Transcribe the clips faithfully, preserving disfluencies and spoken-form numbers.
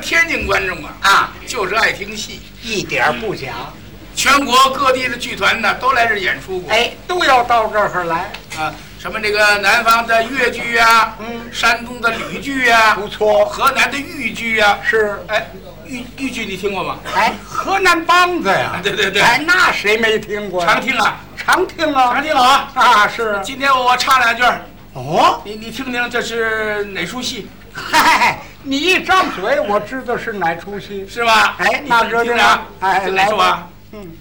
天津观众啊， 啊， 就是爱听戏， 一点不假。 全国各地的剧团呢都来这演出过。 哎，都要到这儿来啊，什么这个南方的越剧呀， 嗯， 山东的吕剧呀， 不错， 河南的豫剧呀， 是。 哎，豫豫剧你听过吗？ 哎，河南梆子呀， 对对对， 哎，那谁没听过呀？ 常听啊， 常听啊， 常听啊。 啊，是。 今天我唱两句。 哦， 你你听听这是哪出戏？ 嗨，你一张嘴，我知道是哪出戏， 是吧？ 哎，那这听着， 哎， 来说啊， 嗯，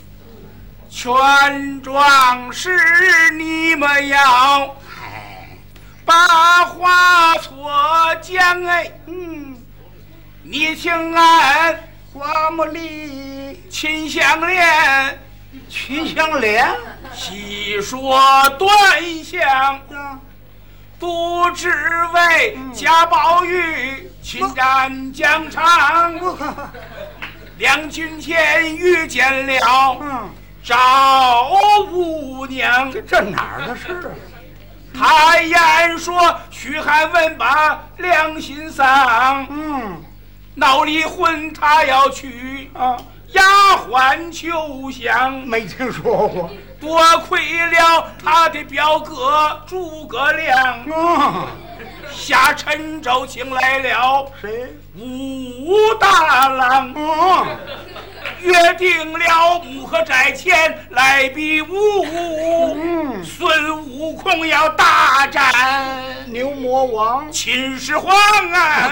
全壮士你们要哎， 把话错讲哎， 嗯， 你听俺花木里秦香莲秦香莲细说端详。 呀， 不只为贾宝玉亲战疆场，两军前遇见了嗯， 赵五娘。 这这哪儿的事？ 他言说嘘寒问饱良心丧， 嗯， 闹离婚他要去啊， 丫鬟秋香。 没听说过。 多亏了他的表哥诸葛亮， 嗯， 下陈州请来了谁？ 武大郎， 嗯， 约定了木河寨前来比武。 嗯， 孙悟空要大战牛魔王。 秦始皇啊！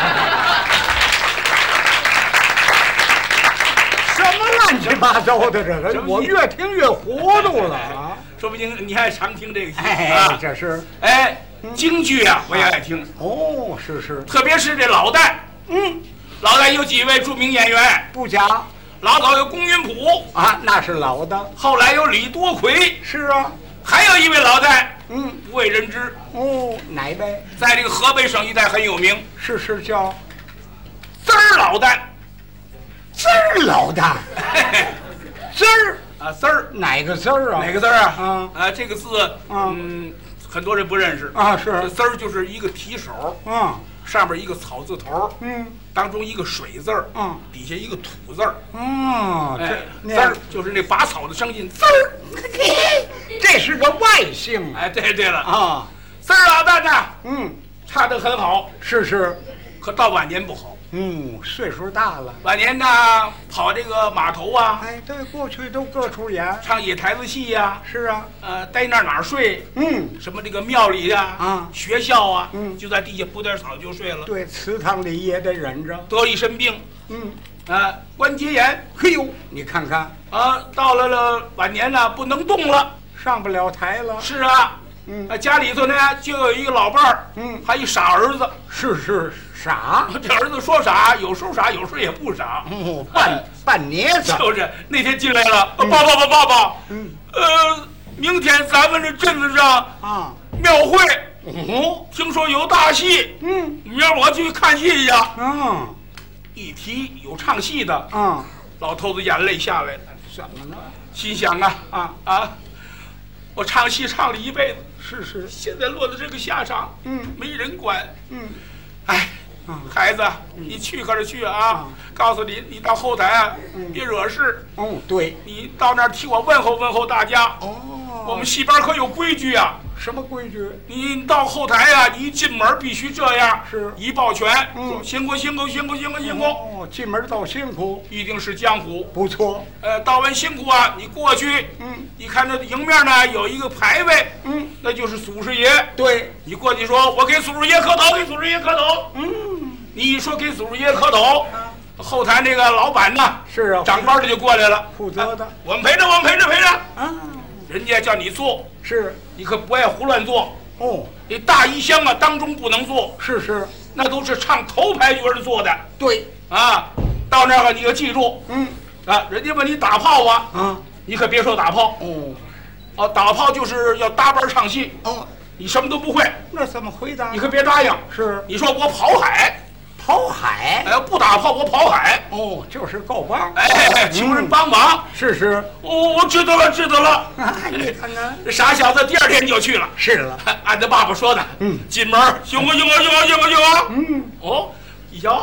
什么乱七八糟的这个，我越听越糊涂了啊！ 说不定你还常听这个戏哎， 啊。 这是哎，京剧啊，我也爱听， 哦，是是， 特别是这老旦。 嗯， 老旦有几位著名演员， 不假老早有龚云普， 啊，那是老的， 后来有李多奎， 是啊， 还有一位老旦嗯， 不为人知， 哦，哪位？ 在这个河北省一带很有名， 是是叫滋儿老旦。 滋儿老大，滋儿啊，滋儿哪个字儿啊？ 哪个字儿啊？ 啊啊，这个字，嗯，很多人不认识啊， 这是滋儿就是一个提手， 啊， 上边一个草字头， 嗯当中一个水字儿， 嗯， 底下一个土字儿。 哦， 哎， 这滋儿就是那拔草的声音，滋儿。 这是个外姓哎，对对了， 啊， 滋儿老旦呢， 嗯， 唱得很好， 是是， 可到晚年不好。 嗯，岁数大了。 晚年呢，跑这个码头啊， 哎，对，过去都各处演。 唱野台子戏呀、 是啊， 呃，待那儿哪儿睡？ 嗯， 什么这个庙里呀、 啊学校啊， 嗯就在地下铺点草就睡了。 对，祠堂里也得忍着。 得一身病， 嗯， 啊，关节炎嘿呦，你看看， 啊，到了了晚年呢，不能动了。 上不了台了。 是啊， 嗯啊，家里头呢就有一个老伴儿， 嗯， 还一傻儿子。 是是傻， 这儿子说傻，有时候傻，有时候也不傻。 哦，半半捏子。 就是那天进来了， 嗯爸爸爸爸爸， 嗯， 呃，明天咱们这镇子上啊， 庙会， 哦， 听说有大戏， 嗯明儿我去看戏去。 嗯一提有唱戏的， 嗯， 老头子眼泪下来了， 怎么了？ 心想啊啊啊，我唱戏唱了一辈子， 是是， 现在落到这个下场， 嗯没人管， 嗯哎。 嗯孩子，你去可是去啊！ 啊告诉你，你到后台啊， 嗯别惹事。 哦，对， 你到那儿替我问候问候大家。 哦， 我们戏班可有规矩啊！ 什么规矩？ 你到后台呀、啊，你一进门必须这样， 是一抱拳， 嗯说辛苦辛苦辛苦辛苦辛苦， 哦，进门道辛苦， 一定是江湖。 不错。 呃，道完辛苦啊，你过去， 嗯， 你看这迎面呢有一个牌位， 嗯， 那就是祖师爷。 对， 你过去说，我给祖师爷磕头，给祖师爷磕头。 嗯， 你一说给祖师爷磕头，后台那个老板呢， 是啊， 长班的就过来了， 负责的我们陪着，我们陪着陪着。 啊， 人家叫你坐， 是你可不爱胡乱坐。 哦， 这大衣箱啊，当中不能坐， 是是， 那都是唱头牌角的做的对， 啊。到那儿了，你可记住嗯啊，人家问你打炮啊， 啊， 你可别说打炮哦啊，打炮就是要搭班唱戏， 哦， 你什么都不会， 那怎么回答？ 你可别答应。 是你说我跑海， 跑海哎，不打炮我跑海， 哦，就是够棒， 哎，求人帮忙。 是是， 我我知道了，知道了。 啊，你看看， 这傻小子第二天就去了， 是了， 按他爸爸说的， 嗯进门行不行啊行啊行啊行啊， 嗯， 哦，一瞧啊，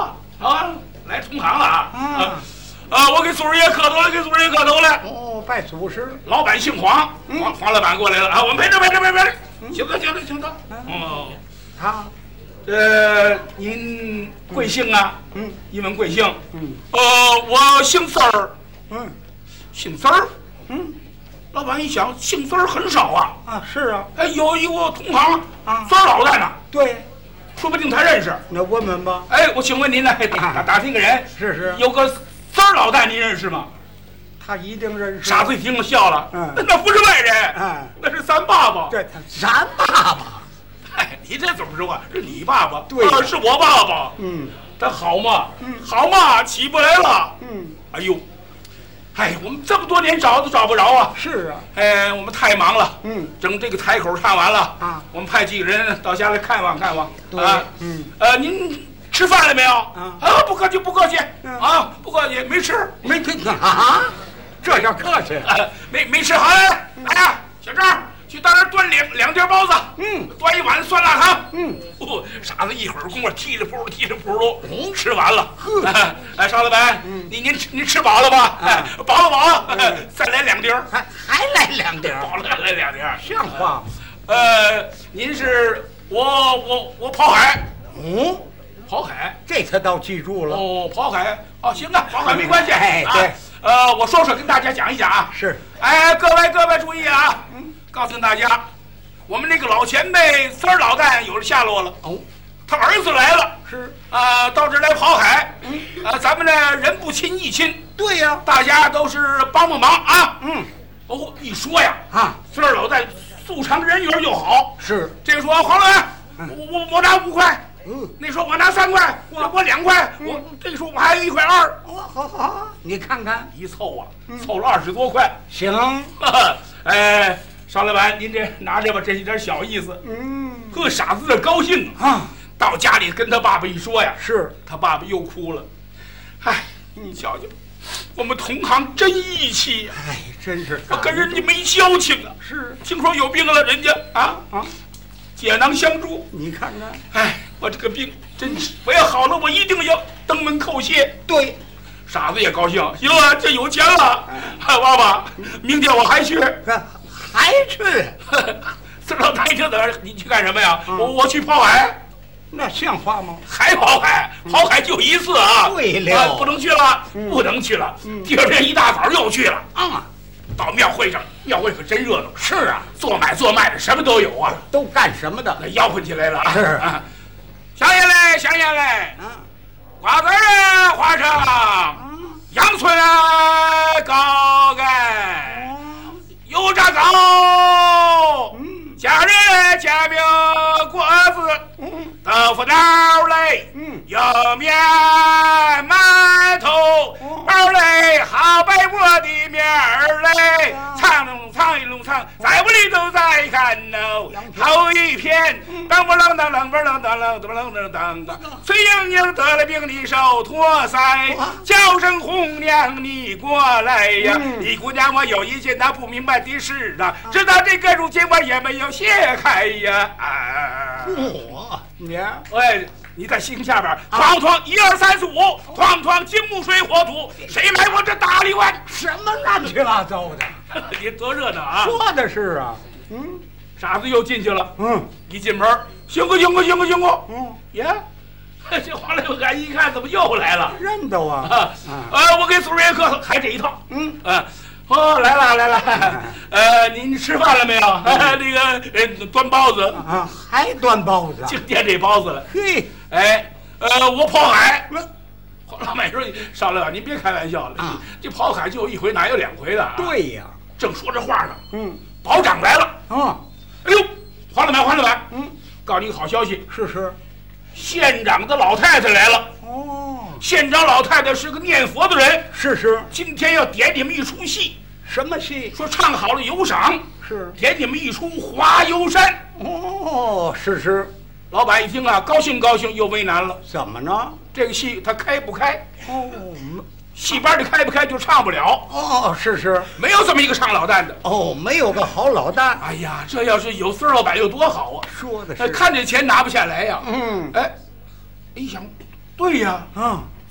啊，来同行了啊！ 啊啊，我给祖师爷磕头了，给祖师爷磕头了。 哦，拜祖师。 老板姓黄， 嗯黄黄老板过来了啊！我们陪着陪着陪着，行了行了行了。哦， 他， 呃，您贵姓啊？ 嗯， 一问贵姓。 嗯， 呃，我姓丝儿。 嗯， 姓丝儿。 嗯， 老板一想，姓丝儿很少啊。 啊，是啊。 哎，有一个同行啊， 丝儿老蛋呢， 对， 说不定他认识。 那问问吧。 哎，我请问您呢？打打听个人。 是是。 有个丝儿老蛋，您认识吗？ 他一定认识。 傻子一听了笑了。 嗯， 那不是外人。 嗯， 那是咱爸爸。 对，咱爸爸。 哎，你这怎么说话？是你爸爸。 对、 啊，是我爸爸。 嗯， 他好嘛？ 嗯， 好嘛，起不来了。 嗯， 哎呦，哎，我们这么多年找都找不着啊。 是啊。 哎，我们太忙了。 嗯， 整这个台口看完了啊， 我们派几个人到家来看望看望。 对啊， 嗯， 呃，您吃饭了没有？ 啊， 啊，不客气，不客气。 嗯、 啊，不客气，没吃， 没听啊。这叫客气。 啊、没没吃，好来，来呀，小张。去到那儿端两两碟包子， 嗯， 端一碗酸辣汤， 嗯， 哦，傻子一会儿功夫踢里扑踢里扑噜，嗯，吃完了。哎，哎，邵老板，嗯，你您吃您吃饱了吧？哎，饱了饱了，嗯、再来两碟， 还还来两碟， 饱了来两碟， 像话吗？ 呃，您是我我我跑海， 嗯， 跑海， 这他倒记住了。 哦，跑海，哦，行啊，跑海没关系。 哎，对， 啊、呃，我说说跟大家讲一讲啊。 是， 哎，各位各位注意啊。嗯。告诉大家，我们那个老前辈丝儿老蛋有了下落了。哦，他儿子来了， 是啊、呃，到这儿来跑海。嗯，啊、呃，咱们呢人不亲义亲。 对呀、啊， 大家都是帮帮忙啊。 嗯， 哦，一说呀， 啊， 丝儿老蛋素常人缘又好。 是， 这个说黄老板，嗯、我我我拿五块。 嗯， 那说我拿三块，我我两块，嗯、我这个时候我还有一块二。 哦，好好，你看看， 一凑啊，嗯、凑了二十多块。 行， 哎。邵老板，您这拿着吧，这有点小意思。嗯，呵，傻子这高兴啊！到家里跟他爸爸一说呀， 是他爸爸又哭了。哎，你瞧瞧，我们同行真义气呀！ 哎，真是我跟人家没交情啊。 是， 听说有病了，人家啊啊，解囊相助。 你看看， 哎，我这个病真是，我要好了，我一定要登门叩谢。 对， 傻子也高兴，行啊，这有钱了。哎，爸爸，明天我还去。 还去？ 这老太听的，你去干什么呀？嗯、我我去跑海， 那像话吗？ 还跑海？跑海就一次啊！ 对了、 啊，不能去了， 嗯、 不能去了。 嗯、 第二天一大早又去了。 啊、嗯， 到庙会上，庙会可真热闹。 是啊， 做买做卖的什么都有啊。 都干什么的？ 那吆喝起来了。 是啊，香烟嘞，香烟嘞。啊，瓜子儿花生，啊、羊村啊，高盖。油炸糕，嗯，家人煎饼果子，嗯，豆腐脑嘞，嗯，油面馒头，包嘞好白馍的面儿嘞，苍龙苍一龙苍，在屋里都在看喽，头一片，当不啷当啷不啷当啷当啷当当，崔莺莺得了病你手托腮，叫声红娘你过来呀，李姑娘我有一件那不明白的事啊，知道这个如今我也没有解开呀。啊， 我你喂，你在心下边哐哐一二三四五，哐哐金木水火土，谁来我这大力丸？ 什么乱七八糟的？ 你多热闹啊！ 说的是啊， 嗯，傻子又进去了。 嗯， 一进门，行个行个行个行个， 嗯， 耶。这黄六海一看，怎么又来了？ 认得啊！ 啊，呃，我给祖师爷磕头，还这一套。 嗯， 啊，哦，来了来了，呃，您吃饭了没有？那个，呃，端包子啊，还端包子， 净点这包子了。 嘿， 哎，呃，我跑海。黄老板说：“少六，您别开玩笑了， 啊， 这跑海就一回，哪有两回的？” 对呀， 正说这话呢， 嗯， 保长来了。 啊， 哎呦，黄老板，黄老板， 嗯， 告诉你个好消息， 是是。 县长的老太太来了。 哦， 县长老太太是个念佛的人。 是是， 今天要点你们一出戏。 什么戏？ 说唱好了有赏。 是， 点你们一出《华游山》。 哦，是是。 老板一听啊，高兴高兴又为难了。 怎么呢？ 这个戏他开不开？ 哦， 戏班里开不开就唱不了。 哦，是是， 没有这么一个唱老旦的。 哦，没有个好老旦。 哎呀，这要是有孙老板有多好啊！ 说的是， 看这钱拿不下来呀。 嗯， 哎，一想，对呀， 啊，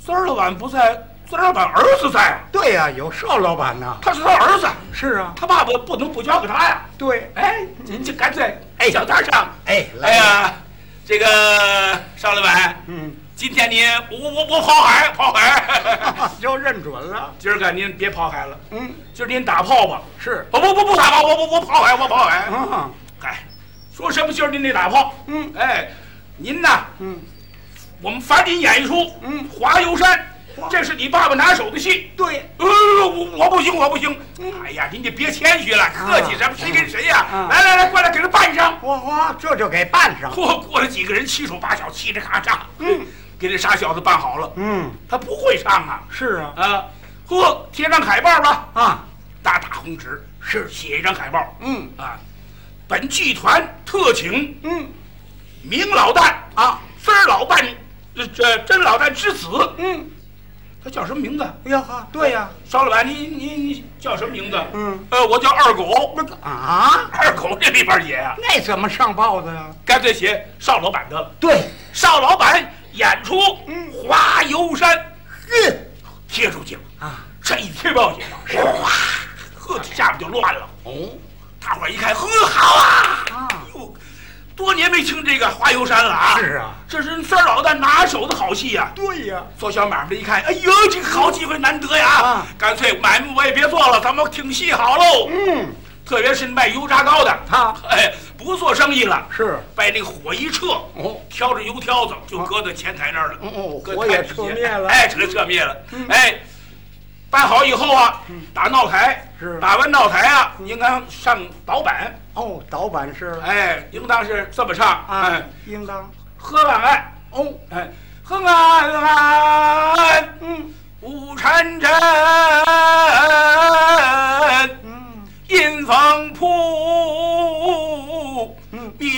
孙老板不在，孙老板儿子在啊。 对呀、啊，有邵老板呢。 他是他儿子。 是啊， 他爸爸不能不交给他呀。 对， 哎，这这干脆哎小摊上。 哎， 哎呀，这个邵老板， 嗯， 今天您我我我跑海跑海， 就认准了。 今儿个您别跑海了， 嗯， 今儿您打炮吧。 是， 不不不不打炮，我我我跑海我跑海。 嗯， 哎，说什么今儿您得打炮。 嗯， 哎，您呐， 嗯， 我们凡您演一出， 嗯， 华游山。这是你爸爸拿手的戏， 对， 呃，我我不行，我不行。哎呀，您就别谦虚了，客气什么？谁跟谁呀？来来来，过来给他扮上。 哇哇，这就给扮上。 嚯，过来几个人，七手八脚，嘁哩咔嚓，嗯，给这傻小子扮好了。 嗯， 他不会唱啊。 是啊， 啊，嚯，贴张海报吧。 啊， 大大红纸，是写一张海报。 嗯啊，本剧团特请， 嗯， 明老旦啊， 孙儿老旦，这这甄老旦之子。 嗯。 他叫什么名字？ 哎呀哈，对呀， 邵老板，你你你叫什么名字？ 嗯， 呃，我叫二狗。 那个啊， 二狗这里边写呀， 那怎么上报的呀？ 干脆写邵老板的了。 对， 邵老板演出嗯 《华游山》， 呵， 贴出去了啊， 这一贴报写的，哗，呵，下面就乱了。 哦， 大伙儿一看，呵，好啊！ 啊， 哟，多年没听这个《华游山》了啊！ 是啊， 这是孙老旦拿手的好戏呀。 对呀， 做小买卖的一看，哎呦，这个好机会难得呀！ 啊， 干脆买卖我也别做了，咱们听戏好喽。 嗯， 特别是卖油炸糕的， 他哎，不做生意了， 是把那个火一撤， 哦， 挑着油挑子就搁在前台那儿了。 哦， 搁火也台底下撤灭了。 哎，撤撤灭了。哎，办好以后啊，打闹台， 是打完闹台啊，应该上导板。 哦，导板是哎，应当是这么唱啊哎，， 应当河岸岸， 哦， 哎，河岸岸， 嗯雾沉沉， 嗯阴风铺， 嗯别。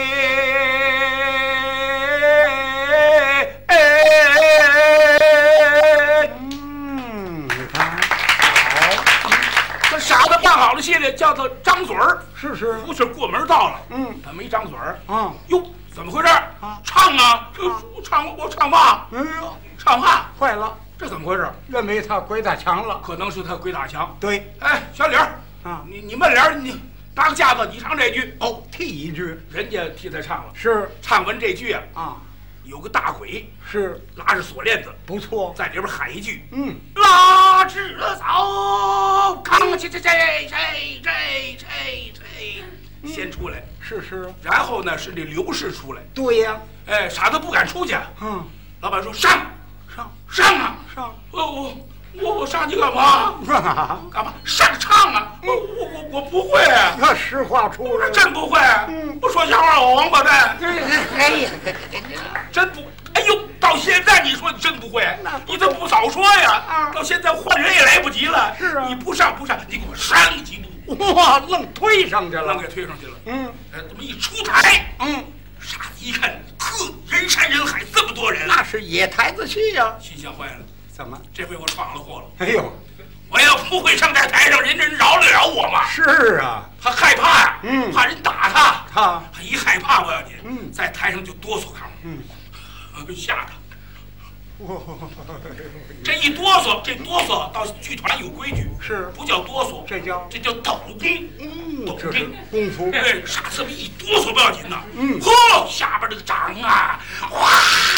嗯，你看， 这傻子办好了戏呢，叫做张嘴儿， 是是， 不是过门到了， 嗯他没张嘴儿。 啊， 哟，怎么回事？ 啊唱啊，这啊唱我唱吧， 哎呀， 唱吧， 坏了， 这怎么回事？ 认为他鬼打墙了。 可能是他鬼打墙。 对哎，小李儿啊， 你你慢点儿，你搭个架子，你唱这句。 哦，替一句人家替他唱了， 是唱完这句啊， 啊， 有个大鬼是拉着锁链子不错， 在里边喊一句嗯， 拉直了走，扛起这这这这这这，先出来， 是是， 然后呢是这刘氏出来， 对呀， 哎，傻子不敢出去， 嗯， 老板说上上上啊， 上， 我我我我上去干嘛？ 啊， 干嘛？上唱啊！我我我我不会， 那实话出来了， 真不会。 嗯不说瞎话，我王八蛋， 哎呀， 真不。哎呦，到现在你说你真不会，你怎么不早说呀？ 啊到现在换人也来不及了。 是啊你不上不上，你给我上几步， 哇，愣推上去了， 愣给推上去了。 嗯哎，这么一出台， 嗯， 傻子一看，呵，人山人海，这么多人， 那是野台子戏呀， 心想坏了， 怎么？ 这回我闯了祸了。 哎呦， 我要不会上在台上，人家饶得了我吗？ 是啊， 他害怕呀， 嗯怕人打他， 他， 他一害怕不要紧， 嗯在台上就哆嗦开， 嗯， 吓他。 哇， 这一哆嗦，这哆嗦到剧团有规矩， 是不叫哆嗦， 这叫这叫抖功。 嗯， 抖这是功。 功夫， 哎，傻这么一哆嗦不要紧呐， 嗯嚯，下边这个掌啊，哗，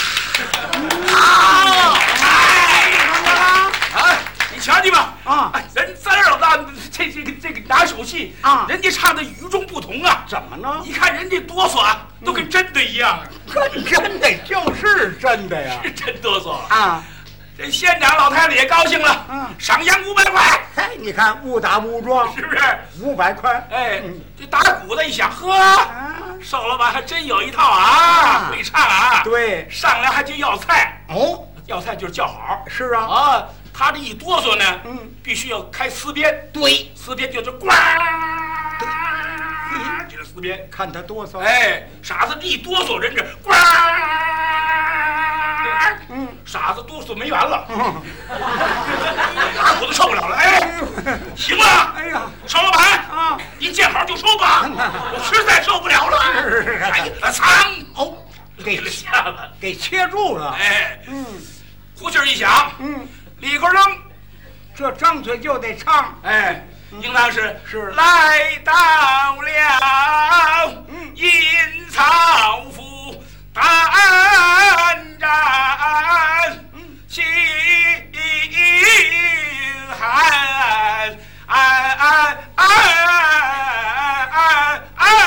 好，哎，哎，你瞧见吧？ 啊哎，人三儿老大这这个这个拿手戏啊人家唱的与众不同啊。 怎么呢？ 你看人家哆嗦啊，都跟真的一样， 跟真的就是真的呀， 是真哆嗦。 啊， 这县长老太太也高兴了， 嗯赏洋五百块， 哎，你看误打误撞， 是不是？ 五百块， 哎嗯， 这打鼓的一想，呵， 啊， 邵老板还真有一套啊，会唱啊。， 对， 上来还就要菜， 哦， 要菜就是叫好是啊， 啊。他这一哆嗦呢， 嗯， 必须要开丝鞭， 对， 丝鞭就是呱，这个丝鞭。 看他哆嗦， 哎，傻子一哆嗦，人这呱， 嗯， 傻子哆嗦没完了， 嗯， 我都受不了了。哎，行了， 哎呀， 邵老板啊， 您见好就收吧，我实在受不了了。 是是是哎呀，藏哦，给给了下了。 给切住了， 哎， 嗯， 胡琴一响， 嗯， 里边扔， 这张嘴就得唱， 哎，应当是是来到了阴曹府单战心寒。哎哎哎哎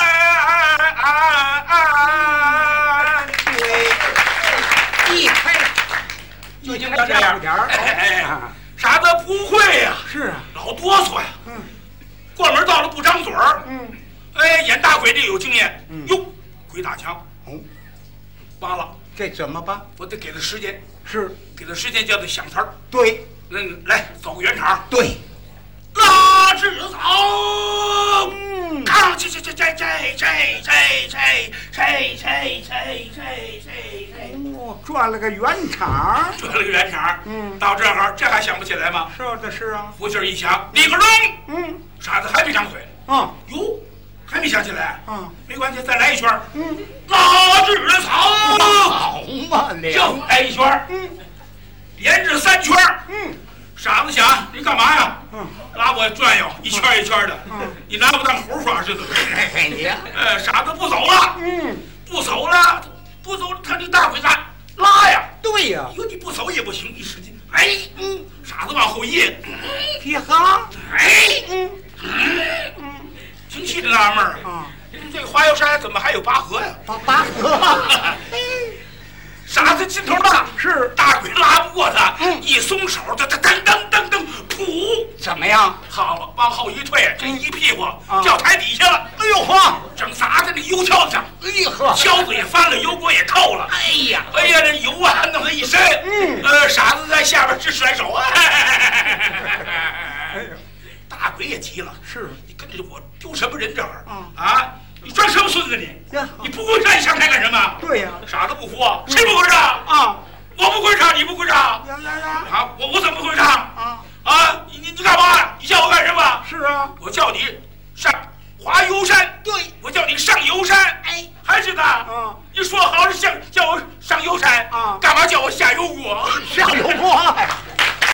哎哎！ 对，一开就应该这样点儿。 哎哎，傻子不会呀， 是啊， 老哆嗦呀。 嗯， 过门到了不张嘴儿。 嗯， 哎，演大鬼这有经验。 嗯， 哟，鬼打墙。 哦， 完了， 这怎么办？ 我得给他时间， 是， 给他时间叫他想词儿。 对， 嗯，来走个圆场。 对。 拉枝草， 嗯， 看这这这这这这这这这这这这这， 哦，转了个圆场， 转了个圆场。 嗯， 到这儿这还想不起来吗？ 说的是啊。 胡琴一响，立个钟。 嗯， 傻子还没张嘴。 啊， 哟，还没想起来。 啊， 没关系，再来一圈。 嗯， 拉枝草， 好嘛， 就来一圈。 嗯， 连着三圈。 嗯。 傻子想，你干嘛呀？ 嗯， 拉我转悠，一圈一圈的。 嗯， 你拿我当猴耍似的。 嘿你， 呃，傻子不走了。 嗯， 不走了，不走，他这大鬼子拉呀。 对呀。 哟，你不走也不行，一使劲，哎，嗯，傻子往后一， 一哈， 哎， 嗯嗯，挺气的纳闷儿啊， 这花油山怎么还有拔河呀？ 拔拔河。 傻子劲头大， 是大鬼拉不过他， 嗯， 一松手，他他噔噔噔噔，噗， 怎么样？ 好了，往后一退，这一屁股啊掉台底下了。 哎呦呵， 正砸在那油条上， 哎呀呵， 挑子也翻了，油锅也透了。 哎呀， 哎呀，这油啊弄他一身， 嗯， 呃，傻子在下边直甩手啊。 哎呀， 大鬼也急了， 是你跟着我丢什么人这儿？ 啊啊，你装什么孙子你？ 呀你不会唱，你上台干什么？ 对呀， 傻子不服，谁不会唱啊？ 我不会唱，你不会唱， 呀，